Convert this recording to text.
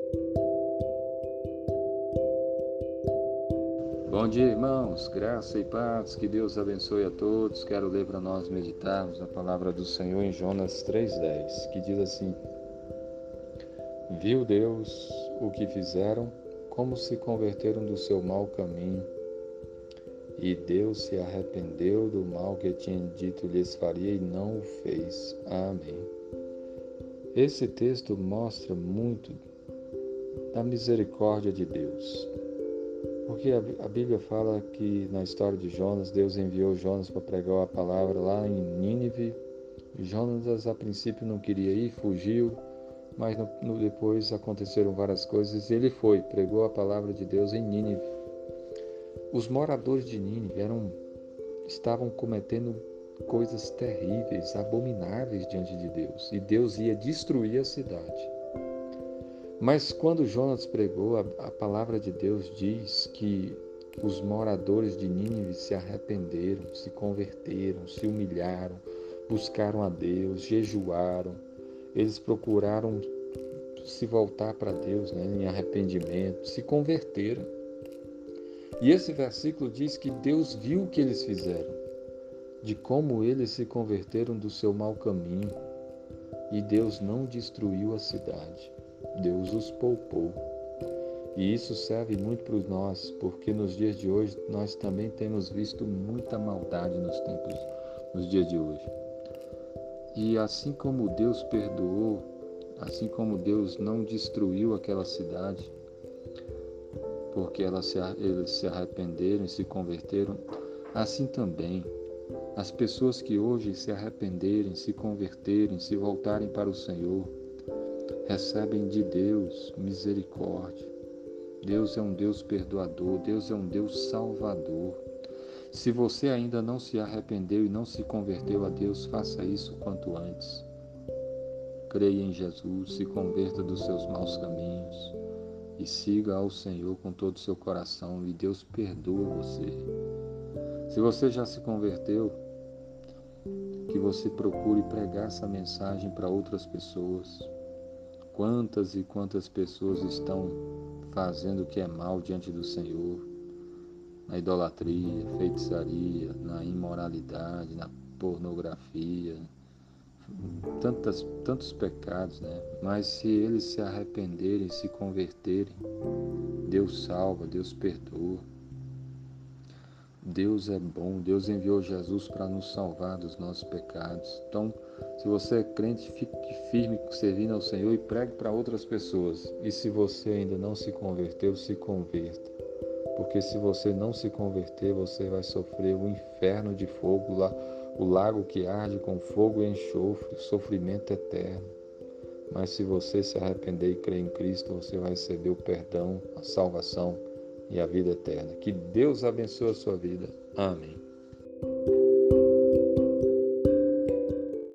Bom dia, irmãos, graça e paz, que Deus abençoe a todos. Quero ler para nós meditarmos a palavra do Senhor em Jonas 3,10, que diz assim: Viu Deus o que fizeram, como se converteram do seu mau caminho, e Deus se arrependeu do mal que tinha dito lhes faria e não o fez. Amém. Esse texto mostra muito da misericórdia de Deus. Porque a Bíblia fala que na história de Jonas, Deus enviou Jonas para pregar a palavra lá em Nínive. Jonas a princípio não queria ir, fugiu, mas depois aconteceram várias coisas e ele foi, pregou a palavra de Deus em Nínive. Os moradores de Nínive estavam cometendo coisas terríveis, abomináveis diante de Deus, e Deus ia destruir a cidade. Mas quando Jonas pregou, a palavra de Deus diz que os moradores de Nínive se arrependeram, se converteram, se humilharam, buscaram a Deus, jejuaram. Eles procuraram se voltar para Deus, em arrependimento, se converteram. E esse versículo diz que Deus viu o que eles fizeram, de como eles se converteram do seu mau caminho, e Deus não destruiu a cidade. Deus os poupou. E isso serve muito para nós, porque nos dias de hoje nós também temos visto muita maldade nos dias de hoje. E assim como Deus perdoou, assim como Deus não destruiu aquela cidade, porque eles se arrependeram e se converteram, assim também as pessoas que hoje se arrependerem, se converterem, se voltarem para o Senhor, recebem de Deus misericórdia. Deus é um Deus perdoador, Deus é um Deus salvador. Se você ainda não se arrependeu e não se converteu a Deus, faça isso quanto antes. Creia em Jesus, se converta dos seus maus caminhos e siga ao Senhor com todo o seu coração, e Deus perdoa você. Se você já se converteu, que você procure pregar essa mensagem para outras pessoas. Quantas e quantas pessoas estão fazendo o que é mal diante do Senhor, na idolatria, feitiçaria, na imoralidade, na pornografia, tantos pecados, Mas se eles se arrependerem, se converterem, Deus salva, Deus perdoa. Deus é bom, Deus enviou Jesus para nos salvar dos nossos pecados. Então, se você é crente, fique firme servindo ao Senhor e pregue para outras pessoas. E se você ainda não se converteu, se converta. Porque se você não se converter, você vai sofrer o inferno de fogo, o lago que arde com fogo e enxofre, o sofrimento eterno. Mas se você se arrepender e crer em Cristo, você vai receber o perdão, a salvação e a vida eterna. Que Deus abençoe a sua vida. Amém.